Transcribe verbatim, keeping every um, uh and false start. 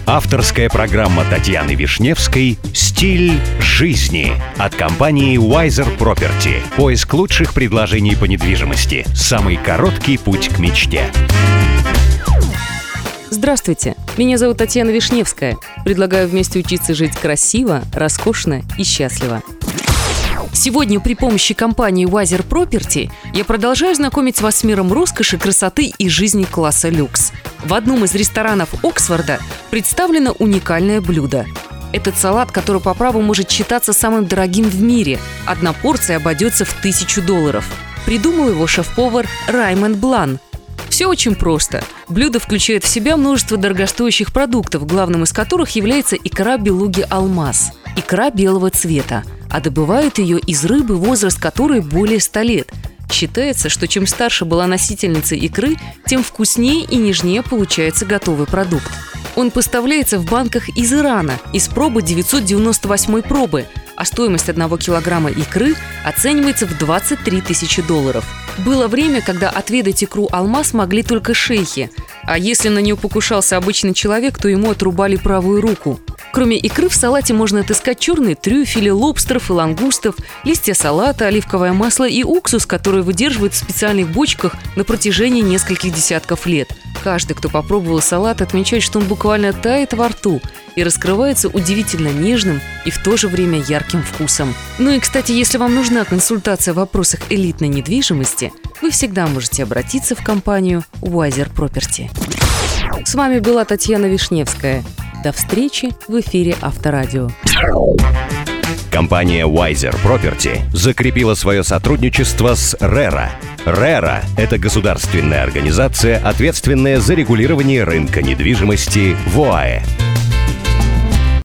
Авторская программа Татьяны Вишневской «Стиль жизни» от компании Wiser Property. Поиск лучших предложений по недвижимости. Самый короткий путь к мечте. Здравствуйте, меня зовут Татьяна Вишневская. Предлагаю вместе учиться жить красиво, роскошно и счастливо. Сегодня при помощи компании Wiser Property я продолжаю знакомить вас с миром роскоши, красоты и жизни класса люкс. В одном из ресторанов Оксфорда представлено уникальное блюдо. Этот салат, который по праву может считаться самым дорогим в мире. Одна порция обойдется в тысячу долларов. Придумал его шеф-повар Раймонд Блан. Все очень просто. Блюдо включает в себя множество дорогостоящих продуктов, главным из которых является икра белуги алмаз. Икра белого цвета, а добывают ее из рыбы, возраст которой более ста лет. Считается, что чем старше была носительница икры, тем вкуснее и нежнее получается готовый продукт. Он поставляется в банках из Ирана, из пробы девятьсот девяносто восьмой пробы, а стоимость одного килограмма икры оценивается в двадцать три тысячи долларов. Было время, когда отведать икру алмаз могли только шейхи, а если на нее покушался обычный человек, то ему отрубали правую руку. Кроме икры в салате можно отыскать черные трюфели, лобстеров и лангустов, листья салата, оливковое масло и уксус, которые выдерживают в специальных бочках на протяжении нескольких десятков лет. Каждый, кто попробовал салат, отмечает, что он буквально тает во рту и раскрывается удивительно нежным и в то же время ярким вкусом. Ну и, кстати, если вам нужна консультация в вопросах элитной недвижимости, вы всегда можете обратиться в компанию Wiser Property. С вами была Татьяна Вишневская. До встречи в эфире Авторадио. Компания Wiser Property закрепила свое сотрудничество с рера. рера – это государственная организация, ответственная за регулирование рынка недвижимости в ОАЭ.